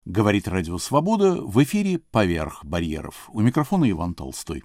Говорит Радио Свобода, в эфире «Поверх барьеров». У микрофона Иван Толстой.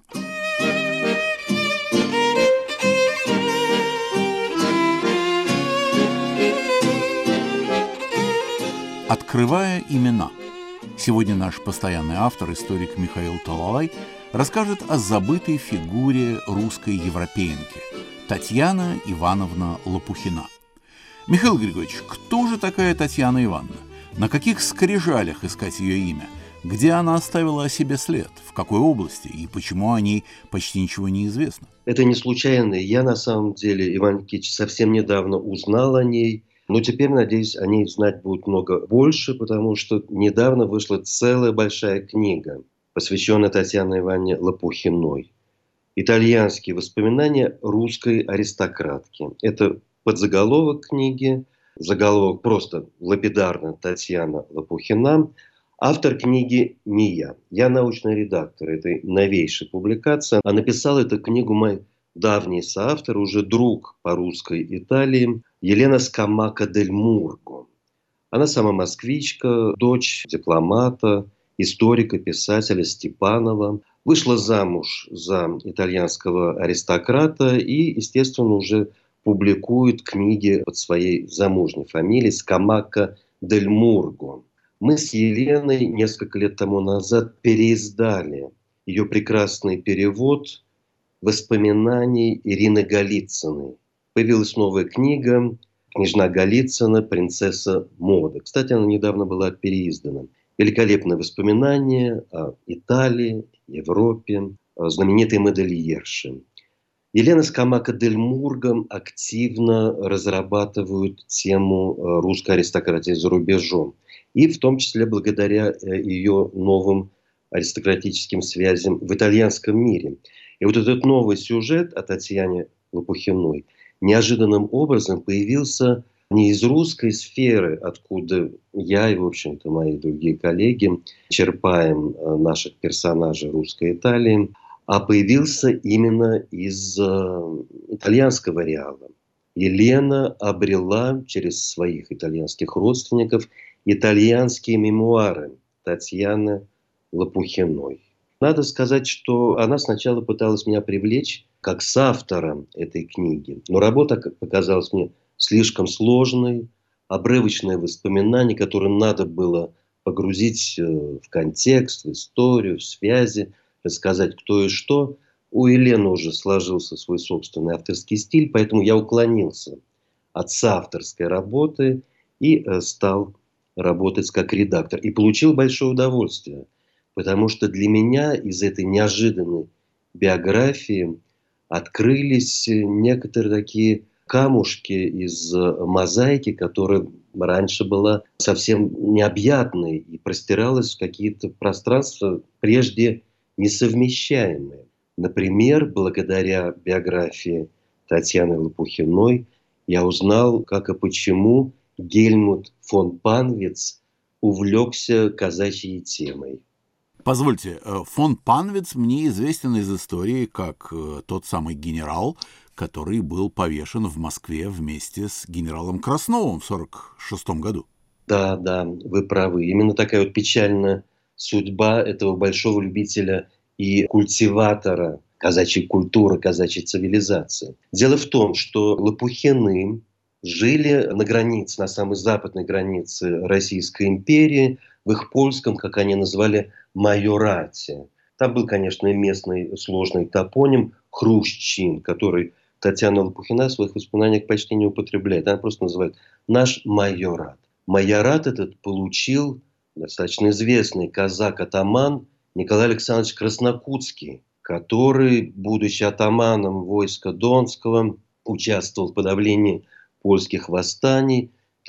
Открывая имена. Сегодня наш постоянный автор, историк Михаил Талалай, расскажет о забытой фигуре русской европеенки Татьяна Ивановна Лопухина. Михаил Григорьевич, кто же такая Татьяна Ивановна? На каких скрижалях искать ее имя? Где она оставила о себе след? В какой области? И почему о ней почти ничего не известно? Это не случайно. Я, на самом деле, Иван Никитич, совсем недавно узнал о ней. Но теперь, надеюсь, о ней знать будет много больше, потому что недавно вышла целая большая книга, посвященная Татьяне Ивановне Лопухиной. «Итальянские воспоминания русской аристократки». Это подзаголовок книги. Заголовок просто лапидарно «Татьяна Лопухина». Автор книги не я. Я научный редактор этой новейшей публикации. А написал эту книгу мой давний соавтор, уже друг по русской Италии, Елена Скамака дель Мурго. Она сама москвичка, дочь дипломата, историка, писателя Степанова. Вышла замуж за итальянского аристократа и, естественно, уже публикует книги под своей замужней фамилией Скамака дель Мурго. Мы с Еленой несколько лет тому назад переиздали ее прекрасный перевод воспоминаний Ирины Голицыной. Появилась новая книга «Княжна Голицына. Принцесса моды». Кстати, она недавно была переиздана. Великолепные воспоминания о Италии, Европе, о знаменитой модельерше. Елена Скамака дель Мурго активно разрабатывает тему русской аристократии за рубежом. И в том числе благодаря ее новым аристократическим связям в итальянском мире. И вот этот новый сюжет о Татьяне Лопухиной неожиданным образом появился не из русской сферы, откуда я и, в общем-то, мои другие коллеги черпаем наших персонажей русской Италии, а появился именно из итальянского реала. Елена обрела через своих итальянских родственников итальянские мемуары Татьяны Лопухиной. Надо сказать, что она сначала пыталась меня привлечь как соавтора этой книги. Но работа показалась мне слишком сложной, обрывочные воспоминания, которые надо было погрузить в контекст, в историю, в связи, рассказать кто и что. У Елены уже сложился свой собственный авторский стиль, поэтому я уклонился от соавторской работы и стал работать как редактор. И получил большое удовольствие, потому что для меня из этой неожиданной биографии открылись некоторые такие камушки из мозаики, которая раньше была совсем необъятной и простиралась в какие-то пространства прежде несовмещаемые. Например, благодаря биографии Татьяны Лопухиной я узнал, как и почему Гельмут фон Панвиц увлекся казачьей темой. Позвольте, фон Панвиц мне известен из истории как тот самый генерал, который был повешен в Москве вместе с генералом Красновым в 1946 году. Да, вы правы. Именно такая вот печальная судьба этого большого любителя и культиватора казачьей культуры, казачьей цивилизации. Дело в том, что Лопухины жили на границе, на самой западной границе Российской империи, в их польском, как они называли, майорате. Там был, конечно, и местный сложный топоним Хрущин, который Татьяна Лопухина в своих воспоминаниях почти не употребляет. Она просто называет «наш майорат». Майорат этот получил достаточно известный казак-атаман Николай Александрович Краснокутский, который, будучи атаманом войска Донского, участвовал в подавлении польских восстаний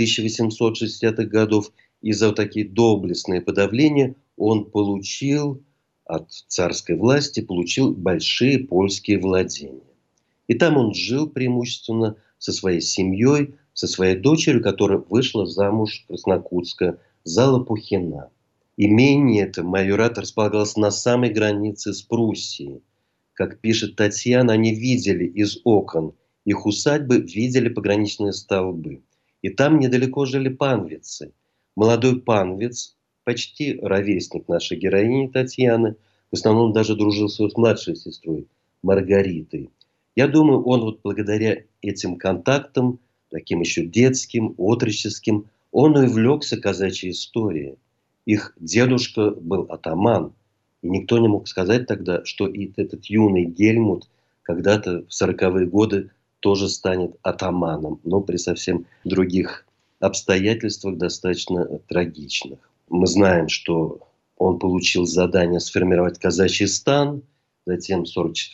1860-х годов. И за такие доблестные подавления он получил от царской власти большие польские владения. И там он жил преимущественно со своей семьей, со своей дочерью, которая вышла замуж Краснокутска за Лопухина. Имение это, майорат, располагалось на самой границе с Пруссией. Как пишет Татьяна, они видели из окон их усадьбы, видели пограничные столбы. И там недалеко жили панвицы. Молодой панвиц почти ровесник нашей героини Татьяны. В основном даже дружил с его младшей сестрой Маргаритой. Я думаю, он вот благодаря этим контактам, таким еще детским, отроческим, он и увлекся казачьей историей. Их дедушка был атаман, и никто не мог сказать тогда, что и этот юный Гельмут когда-то в 40-е годы тоже станет атаманом, но при совсем других обстоятельствах, достаточно трагичных. Мы знаем, что он получил задание сформировать казачий стан, затем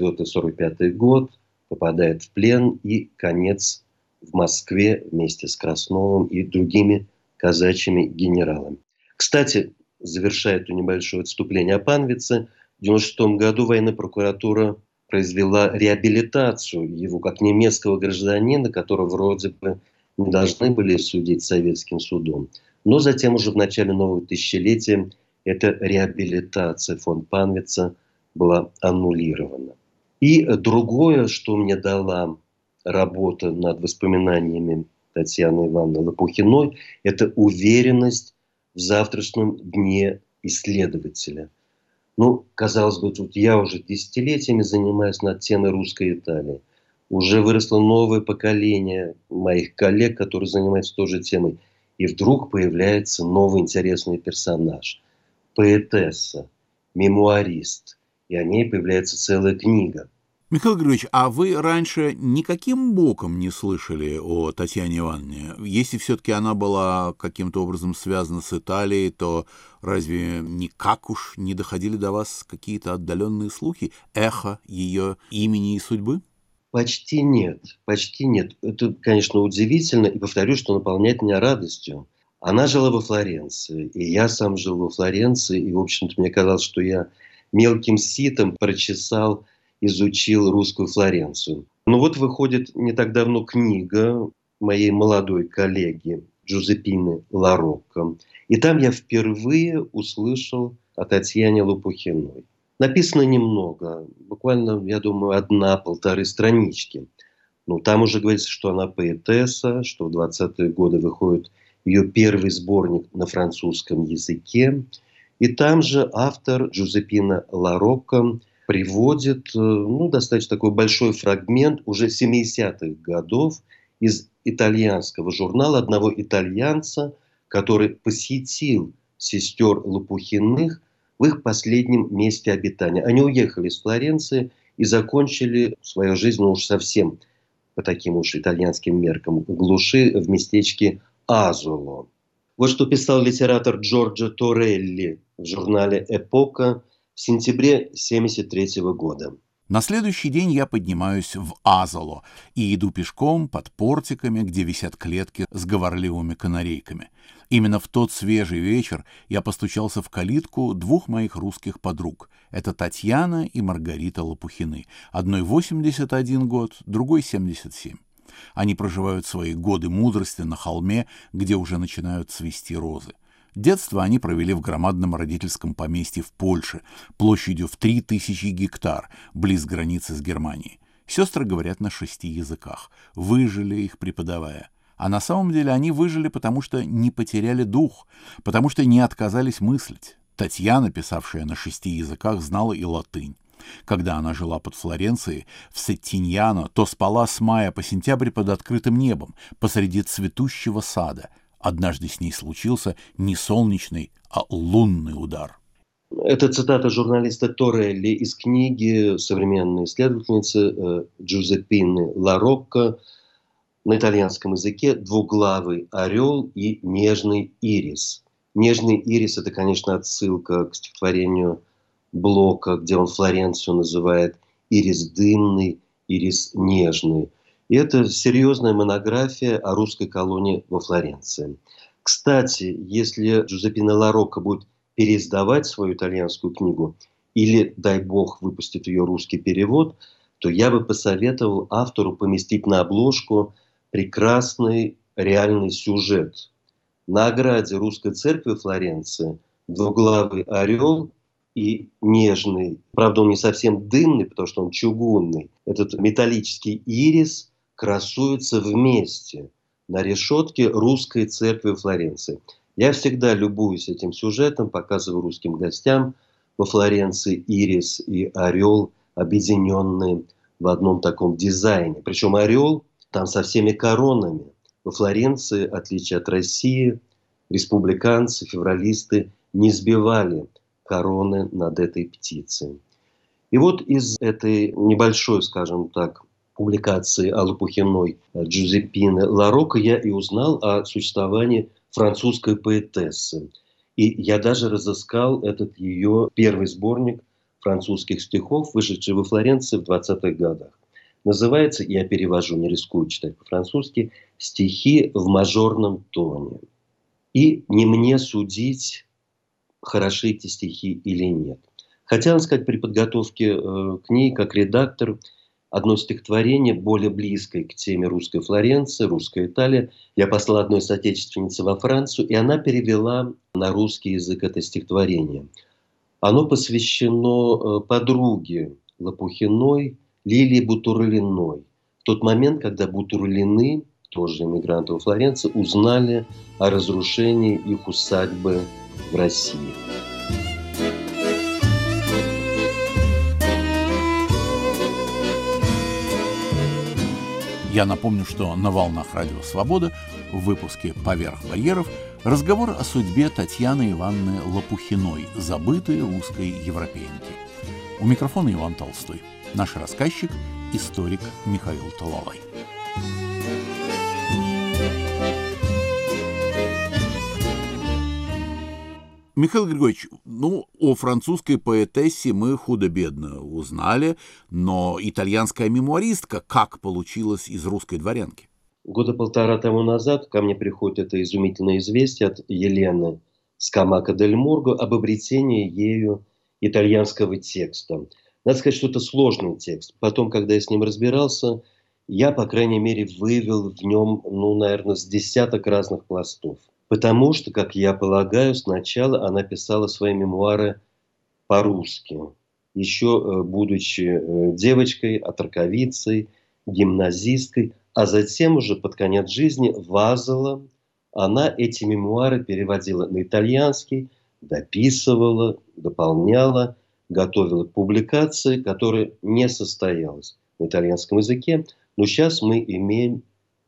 44-45 год, попадает в плен и конец в Москве вместе с Красновым и другими казачьими генералами. Кстати, завершая это небольшое отступление о Панвице, в 1996 году военная прокуратура произвела реабилитацию его как немецкого гражданина, которого вроде бы не должны были судить советским судом. Но затем уже в начале нового тысячелетия эта реабилитация фон Панвица была аннулирована. И другое, что мне дала работа над воспоминаниями Татьяны Ивановны Лопухиной, это уверенность в завтрашнем дне исследователя. Ну, казалось бы, тут я уже десятилетиями занимаюсь над темой русской Италии. Уже выросло новое поколение моих коллег, которые занимаются той же темой. И вдруг появляется новый интересный персонаж. Поэтесса, мемуарист. И о ней появляется целая книга. Михаил Григорьевич, а вы раньше никаким боком не слышали о Татьяне Ивановне? Если все-таки она была каким-то образом связана с Италией, то разве никак уж не доходили до вас какие-то отдаленные слухи, эхо ее имени и судьбы? Почти нет, почти нет. Это, конечно, удивительно, и повторюсь, что наполняет меня радостью. Она жила во Флоренции, и я сам жил во Флоренции, и, в общем-то, мне казалось, что я мелким ситом прочесал, изучил русскую Флоренцию. Но вот выходит не так давно книга моей молодой коллеги Джузеппины Ларокко. И там я впервые услышал о Татьяне Лопухиной. Написано немного, буквально, я думаю, 1-1,5 странички. Но там уже говорится, что она поэтесса, что в 20-е годы выходит ее первый сборник на французском языке. И там же автор Джузеппина Ларокко приводит достаточно такой большой фрагмент уже 70-х годов из итальянского журнала одного итальянца, который посетил сестер Лопухиных в их последнем месте обитания. Они уехали из Флоренции и закончили свою жизнь уж совсем по таким уж итальянским меркам в глуши в местечке Азоло. Вот что писал литератор Джорджо Торелли в журнале «Эпока» в сентябре 1973 года. На следующий день я поднимаюсь в Азоло и иду пешком под портиками, где висят клетки с говорливыми канарейками. Именно в тот свежий вечер я постучался в калитку двух моих русских подруг. Это Татьяна и Маргарита Лопухины. Одной 81 год, другой 77. Они проживают свои годы мудрости на холме, где уже начинают цвести розы. Детство они провели в громадном родительском поместье в Польше, площадью в 3000 гектар, близ границы с Германией. Сестры говорят на 6 языках, выжили их преподавая. А на самом деле они выжили, потому что не потеряли дух, потому что не отказались мыслить. Татьяна, писавшая на 6 языках, знала и латынь. Когда она жила под Флоренцией, в Сеттиньяно, то спала с мая по сентябрь под открытым небом, посреди цветущего сада. Однажды с ней случился не солнечный, а лунный удар. Это цитата журналиста Торелли из книги современной исследовательницы Джузеппины Ларокко на итальянском языке «Двуглавый орел и нежный ирис». Нежный ирис – это, конечно, отсылка к стихотворению Блока, где он Флоренцию называет «ирис дымный», «ирис нежный». И это серьезная монография о русской колонии во Флоренции. Кстати, если Джузеппина Ларокко будет переиздавать свою итальянскую книгу или, дай бог, выпустит ее русский перевод, то я бы посоветовал автору поместить на обложку прекрасный реальный сюжет. На ограде Русской церкви Флоренции двуглавый орел и нежный, правда, он не совсем дымный, потому что он чугунный, этот металлический ирис красуются вместе на решетке Русской церкви Флоренции. Я всегда любуюсь этим сюжетом, показываю русским гостям во Флоренции ирис и орел, объединенные в одном таком дизайне. Причем орел там со всеми коронами. Во Флоренции, в отличие от России, республиканцы, февралисты не сбивали короны над этой птицей. И вот из этой небольшой, скажем так, публикации о Лопухиной Джузеппины Ларокко я и узнал о существовании французской поэтессы. И я даже разыскал этот ее первый сборник французских стихов, вышедший во Флоренции в 20-х годах. Называется, я перевожу, не рискую читать по-французски, «Стихи в мажорном тоне». И не мне судить, хороши эти стихи или нет. Хотя, надо сказать, при подготовке к ней, как редактор, одно стихотворение, более близкое к теме русской Флоренции, русская Италия, я послал одной соотечественнице во Францию, и она перевела на русский язык это стихотворение. Оно посвящено подруге Лопухиной, Лилии Бутурлиной. В тот момент, когда Бутурлины, тоже иммигранты во Флоренции, узнали о разрушении их усадьбы в России. Я напомню, что на волнах Радио Свобода в выпуске «Поверх барьеров» разговор о судьбе Татьяны Ивановны Лопухиной, забытой русской европеенки. У микрофона Иван Толстой. Наш рассказчик – историк Михаил Талалай. Михаил Григорьевич, о французской поэтессе мы худо-бедно узнали, но итальянская мемуаристка как получилась из русской дворянки? Года полтора тому назад ко мне приходит это изумительное известие от Елены Скамако-дель-Мурго об обретении ею итальянского текста. Надо сказать, что это сложный текст. Потом, когда я с ним разбирался, я, по крайней мере, вывел в нем, наверное, с десяток разных пластов. Потому что, как я полагаю, сначала она писала свои мемуары по-русски. Еще будучи девочкой, отроковицей, гимназисткой, а затем уже под конец жизни вазала, она эти мемуары переводила на итальянский, дописывала, дополняла, готовила к публикации, которая не состоялась на итальянском языке. Но сейчас мы имеем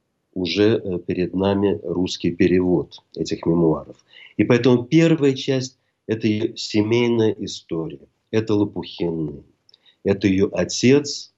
уже перед нами русский перевод этих мемуаров. И поэтому первая часть – это ее семейная история. Это Лопухины. Это ее отец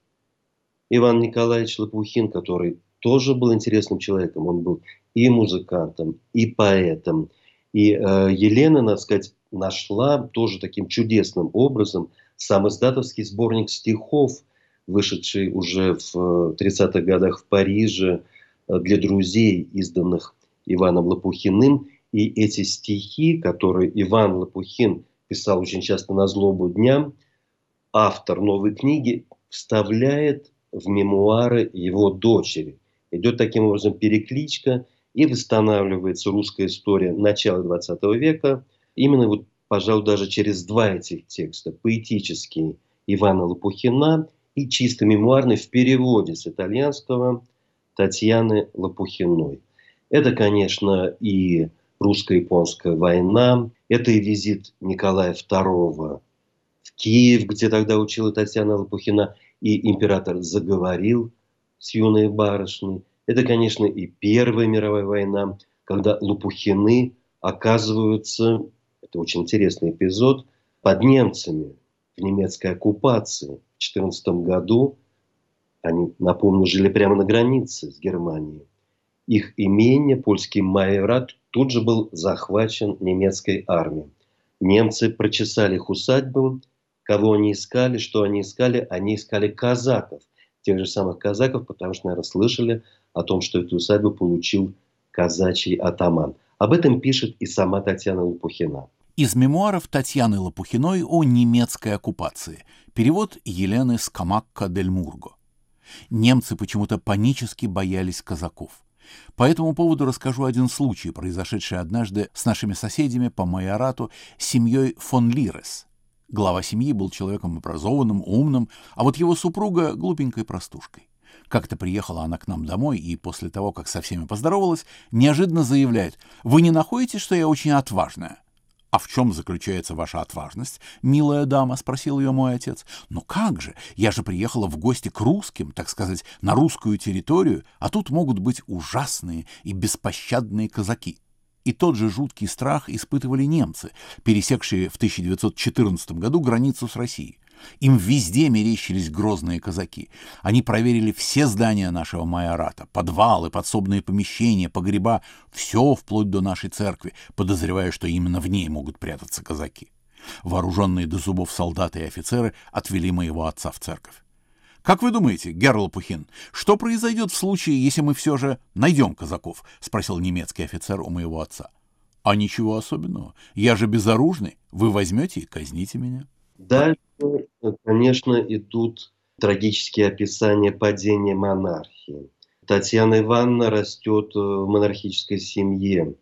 Иван Николаевич Лопухин, который тоже был интересным человеком. Он был и музыкантом, и поэтом. И Елена, надо сказать, нашла тоже таким чудесным образом сам издатовский сборник стихов, вышедший уже в 30-х годах в Париже, для друзей, изданных Иваном Лопухиным. И эти стихи, которые Иван Лопухин писал очень часто на злобу дня, автор новой книги вставляет в мемуары его дочери. Идет таким образом перекличка, и восстанавливается русская история начала XX века. Именно, пожалуй, даже через два этих текста. Поэтический Ивана Лопухина и чисто мемуарный в переводе с итальянского Татьяны Лопухиной. Это, конечно, и русско-японская война, это и визит Николая II в Киев, где тогда учила Татьяна Лопухина, и император заговорил с юной барышней. Это, конечно, и Первая мировая война, когда Лопухины оказываются, это очень интересный эпизод, под немцами в немецкой оккупации. В 1914 году они, напомню, жили прямо на границе с Германией. Их имение, польский майорат, тут же был захвачен немецкой армией. Немцы прочесали их усадьбы. Кого они искали, что они искали? Они искали казаков. Тех же самых казаков, потому что, наверное, слышали о том, что эту усадьбу получил казачий атаман. Об этом пишет и сама Татьяна Лопухина. Из мемуаров Татьяны Лопухиной о немецкой оккупации. Перевод Елены Скамако-дель-Мурго. Немцы почему-то панически боялись казаков. По этому поводу расскажу один случай, произошедший однажды с нашими соседями по майорату, семьей фон Лирес. Глава семьи был человеком образованным, умным, а вот его супруга – глупенькой простушкой. Как-то приехала она к нам домой и после того, как со всеми поздоровалась, неожиданно заявляет: «Вы не находите, что я очень отважная?» «А в чем заключается ваша отважность, милая дама?» — спросил ее мой отец. «Ну как же, я же приехала в гости к русским, так сказать, на русскую территорию, а тут могут быть ужасные и беспощадные казаки». И тот же жуткий страх испытывали немцы, пересекшие в 1914 году границу с Россией. Им везде мерещились грозные казаки. Они проверили все здания нашего майората, подвалы, подсобные помещения, погреба, все вплоть до нашей церкви, подозревая, что именно в ней могут прятаться казаки. Вооруженные до зубов солдаты и офицеры отвели моего отца в церковь. «Как вы думаете, герр Лопухин, что произойдет в случае, если мы все же найдем казаков?» — спросил немецкий офицер у моего отца. «А ничего особенного. Я же безоружный. Вы возьмете и казните меня». Дальше, конечно, идут трагические описания падения монархии. Татьяна Ивановна растет в монархической семье.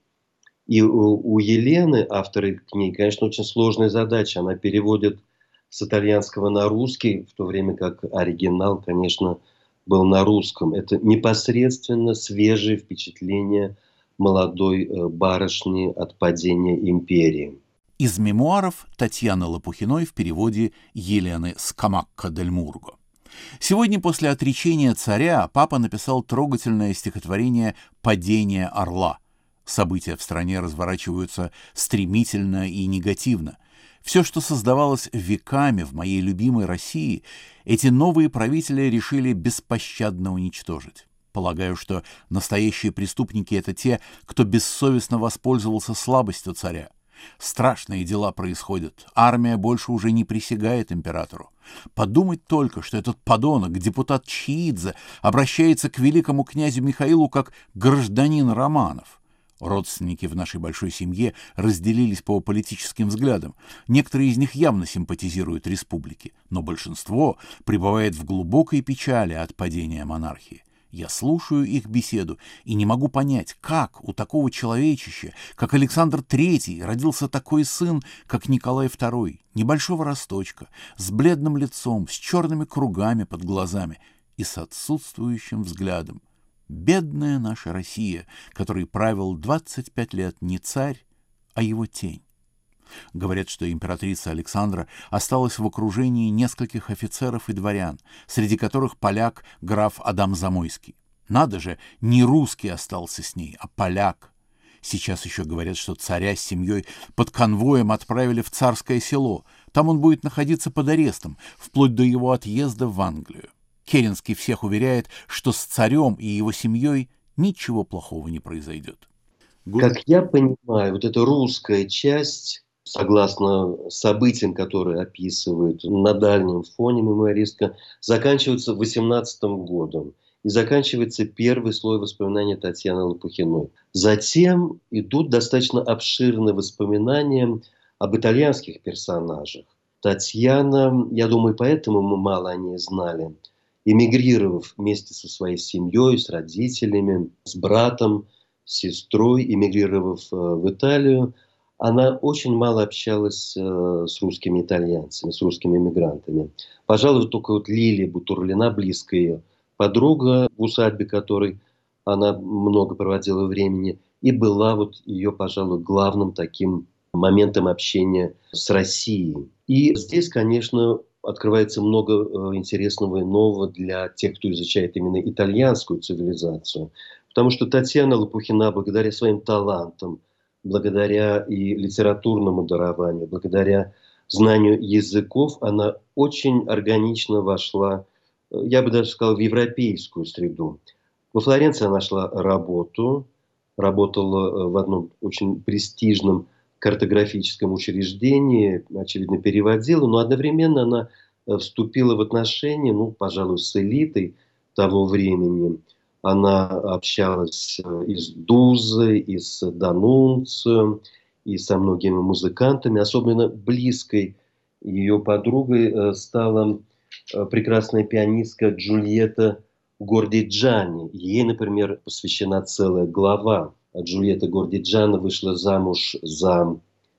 И у Елены, автора книги, конечно, очень сложная задача. Она переводит с итальянского на русский, в то время как оригинал, конечно, был на русском. Это непосредственно свежие впечатления молодой барышни от падения империи. Из мемуаров Татьяны Лопухиной в переводе Елены Скамакка-дель-Мурго. Сегодня после отречения царя папа написал трогательное стихотворение «Падение орла». События в стране разворачиваются стремительно и негативно. Все, что создавалось веками в моей любимой России, эти новые правители решили беспощадно уничтожить. Полагаю, что настоящие преступники — это те, кто бессовестно воспользовался слабостью царя. Страшные дела происходят. Армия больше уже не присягает императору. Подумать только, что этот подонок, депутат Чиидзе, обращается к великому князю Михаилу как гражданин Романов. Родственники в нашей большой семье разделились по политическим взглядам. Некоторые из них явно симпатизируют республике, но большинство пребывает в глубокой печали от падения монархии. Я слушаю их беседу и не могу понять, как у такого человечища, как Александр III, родился такой сын, как Николай II, небольшого росточка, с бледным лицом, с черными кругами под глазами и с отсутствующим взглядом. Бедная наша Россия, которой правил 25 лет не царь, а его тень. Говорят, что императрица Александра осталась в окружении нескольких офицеров и дворян, среди которых поляк граф Адам Замойский. Надо же, не русский остался с ней, а поляк. Сейчас еще говорят, что царя с семьей под конвоем отправили в Царское Село. Там он будет находиться под арестом, вплоть до его отъезда в Англию. Керенский всех уверяет, что с царем и его семьей ничего плохого не произойдет. Как я понимаю, вот эта русская часть, согласно событиям, которые описывают на дальнем фоне мемуаристка, заканчивается 18 годом. И заканчивается первый слой воспоминаний Татьяны Лопухиной. Затем идут достаточно обширные воспоминания об итальянских персонажах. Татьяна, я думаю, поэтому мы мало о ней знали, эмигрировав вместе со своей семьей, с родителями, с братом, с сестрой, эмигрировав в Италию, она очень мало общалась с русскими итальянцами, с русскими эмигрантами. Пожалуй, только вот Лилия Бутурлина, близкая ее подруга, в усадьбе которой она много проводила времени, и была вот ее, пожалуй, главным таким моментом общения с Россией. И здесь, конечно, открывается много интересного и нового для тех, кто изучает именно итальянскую цивилизацию. Потому что Татьяна Лопухина, благодаря своим талантам, благодаря и литературному дарованию, благодаря знанию языков, она очень органично вошла, я бы даже сказал, в европейскую среду. Во Флоренции она нашла работу, работала в одном очень престижном картографическом учреждении, очевидно, переводила, но одновременно она вступила в отношения, пожалуй, с элитой того времени. Она общалась и с Дузой, и с Данунцио, и со многими музыкантами. Особенно близкой ее подругой стала прекрасная пианистка Джульетта Гордиджани. Ей, например, посвящена целая глава. Джульетта Гордиджани вышла замуж за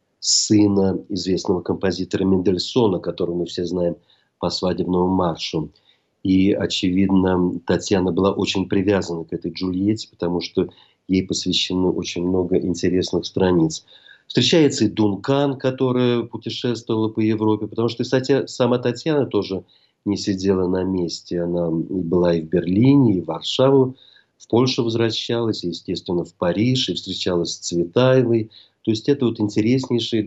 сына известного композитора Мендельсона, которого мы все знаем по свадебному маршу. И, очевидно, Татьяна была очень привязана к этой Джульетте, потому что ей посвящено очень много интересных страниц. Встречается и Дункан, которая путешествовала по Европе, потому что, кстати, сама Татьяна тоже не сидела на месте. Она была и в Берлине, и в Варшаву, в Польшу возвращалась, и, естественно, в Париж, и встречалась с Цветаевой. То есть это вот интереснейшие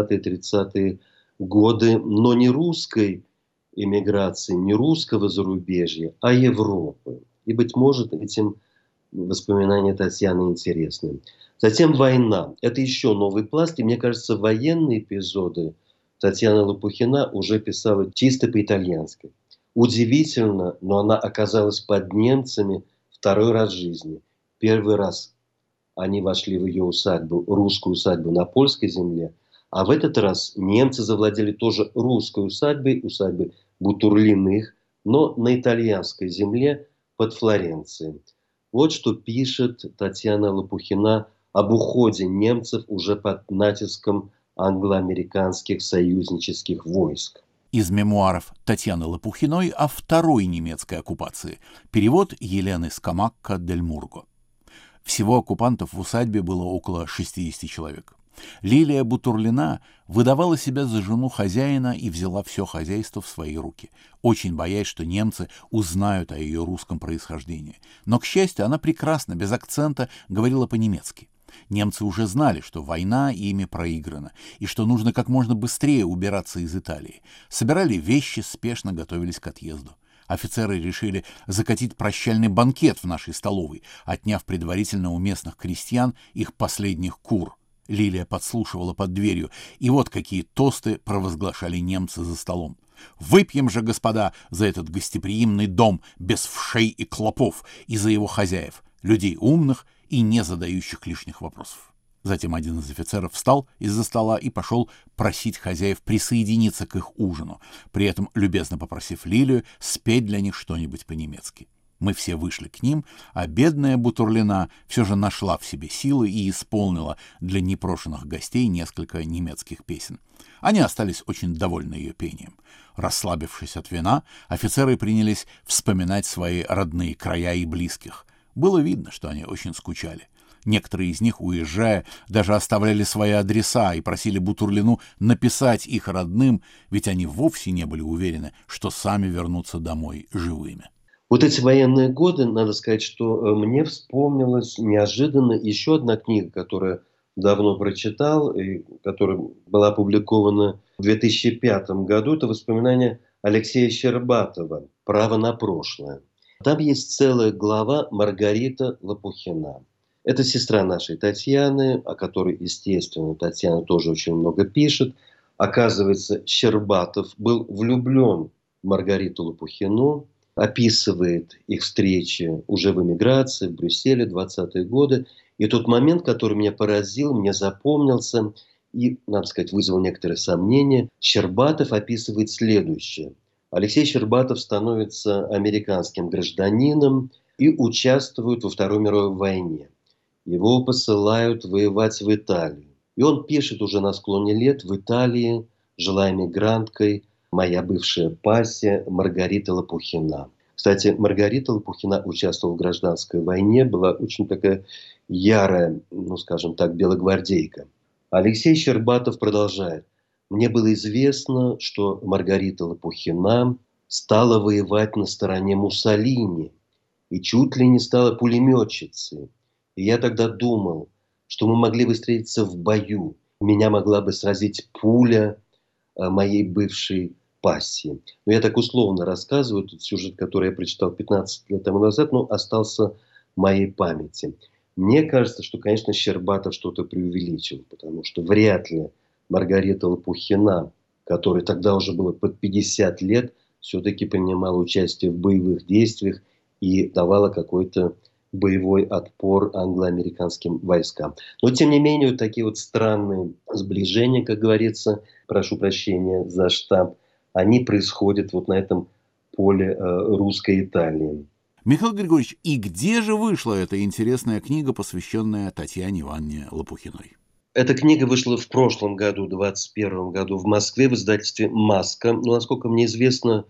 20-30-е годы, но не русской эмиграции, не русского зарубежья, а Европы. И, быть может, этим воспоминания Татьяны интересны. Затем война. Это еще новый пласт. И мне кажется, военные эпизоды Татьяна Лопухина уже писала чисто по-итальянски. Удивительно, но она оказалась под немцами второй раз в жизни. Первый раз они вошли в ее усадьбу, русскую усадьбу на польской земле. А в этот раз немцы завладели тоже русской усадьбой, усадьбой Бутурлиных, но на итальянской земле под Флоренцией. Вот что пишет Татьяна Лопухина об уходе немцев уже под натиском англо-американских союзнических войск. Из мемуаров Татьяны Лопухиной о второй немецкой оккупации. Перевод Елены Скамакка-дель-Мурго. Всего оккупантов в усадьбе было около 60 человек. Лилия Бутурлина выдавала себя за жену хозяина и взяла все хозяйство в свои руки, очень боясь, что немцы узнают о ее русском происхождении. Но, к счастью, она прекрасно, без акцента, говорила по-немецки. Немцы уже знали, что война ими проиграна, и что нужно как можно быстрее убираться из Италии. Собирали вещи, спешно готовились к отъезду. Офицеры решили закатить прощальный банкет в нашей столовой, отняв предварительно у местных крестьян их последних кур. Лилия подслушивала под дверью, и вот какие тосты провозглашали немцы за столом. «Выпьем же, господа, за этот гостеприимный дом без вшей и клопов, и за его хозяев, людей умных и не задающих лишних вопросов». Затем один из офицеров встал из-за стола и пошел просить хозяев присоединиться к их ужину, при этом любезно попросив Лилию спеть для них что-нибудь по-немецки. Мы все вышли к ним, а бедная Бутурлина все же нашла в себе силы и исполнила для непрошенных гостей несколько немецких песен. Они остались очень довольны ее пением. Расслабившись от вина, офицеры принялись вспоминать свои родные края и близких. Было видно, что они очень скучали. Некоторые из них, уезжая, даже оставляли свои адреса и просили Бутурлину написать их родным, ведь они вовсе не были уверены, что сами вернутся домой живыми. Вот эти военные годы, надо сказать, что мне вспомнилась неожиданно еще одна книга, которую давно прочитал, и которая была опубликована в 2005 году. Это воспоминания Алексея Щербатова «Право на прошлое». Там есть целая глава Маргарита Лопухина. Это сестра нашей Татьяны, о которой, естественно, Татьяна тоже очень много пишет. Оказывается, Щербатов был влюблен в Маргариту Лопухину, описывает их встречи уже в эмиграции, в Брюсселе, 20-е годы. И тот момент, который меня поразил, мне запомнился и, надо сказать, вызвал некоторые сомнения. Щербатов описывает следующее. Алексей Щербатов становится американским гражданином и участвует во Второй мировой войне. Его посылают воевать в Италию. И он пишет уже на склоне лет: в Италии жила эмигранткой моя бывшая пассия Маргарита Лопухина. Кстати, Маргарита Лопухина участвовала в гражданской войне, была очень такая ярая, скажем так, белогвардейка. Алексей Щербатов продолжает. Мне было известно, что Маргарита Лопухина стала воевать на стороне Муссолини и чуть ли не стала пулеметчицей. И я тогда думал, что мы могли бы встретиться в бою. Меня могла бы сразить пуля моей бывшей пассии. Но я так условно рассказываю, тот сюжет, который я прочитал 15 лет тому назад, остался в моей памяти. Мне кажется, что, конечно, Щербатов что-то преувеличил, потому что вряд ли Маргарита Лопухина, которой тогда уже было под 50 лет, все-таки принимала участие в боевых действиях и давала какой-то боевой отпор англо-американским войскам. Но, тем не менее, вот такие вот странные сближения, как говорится, прошу прощения за штамп, они происходят вот на этом поле русской Италии. Михаил Григорьевич, и где же вышла эта интересная книга, посвященная Татьяне Ивановне Лопухиной? Эта книга вышла в прошлом году, в 2021 году, в Москве в издательстве «Маска». Но, насколько мне известно,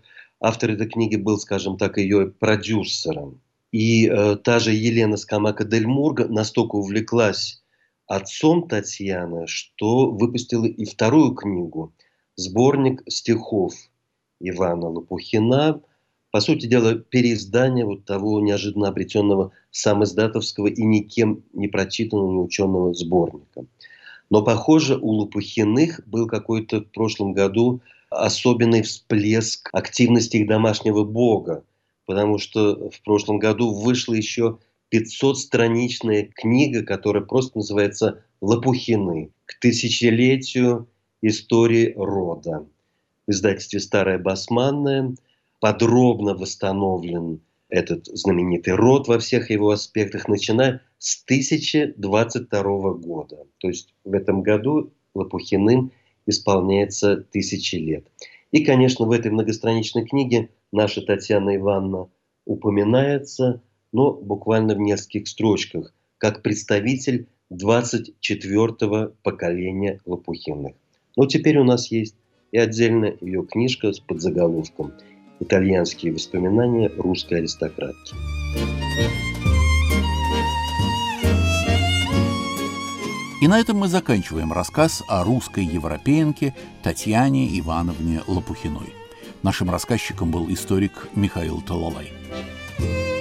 автор этой книги был, скажем так, ее продюсером. И та же Елена Скамака-Дель-Мурго настолько увлеклась отцом Татьяны, что выпустила и вторую книгу, сборник стихов Ивана Лопухина. По сути дела, переиздание вот того неожиданно обретенного самиздатовского и никем не прочитанного, не ученого сборника. Но, похоже, у Лопухиных был какой-то в прошлом году особенный всплеск активности их домашнего бога, потому что в прошлом году вышла еще 500-страничная книга, которая просто называется «Лопухины. К тысячелетию истории рода». В издательстве «Старая Басманная» подробно восстановлен этот знаменитый род во всех его аспектах, начиная с 1022 года. То есть в этом году Лопухиным исполняется 1000 лет. И, конечно, в этой многостраничной книге наша Татьяна Ивановна упоминается, но буквально в нескольких строчках, как представитель 24-го поколения Лопухиных. Но теперь у нас есть и отдельно ее книжка с подзаголовком «Итальянские воспоминания русской аристократки». И на этом мы заканчиваем рассказ о русской европеенке Татьяне Ивановне Лопухиной. Нашим рассказчиком был историк Михаил Талалай.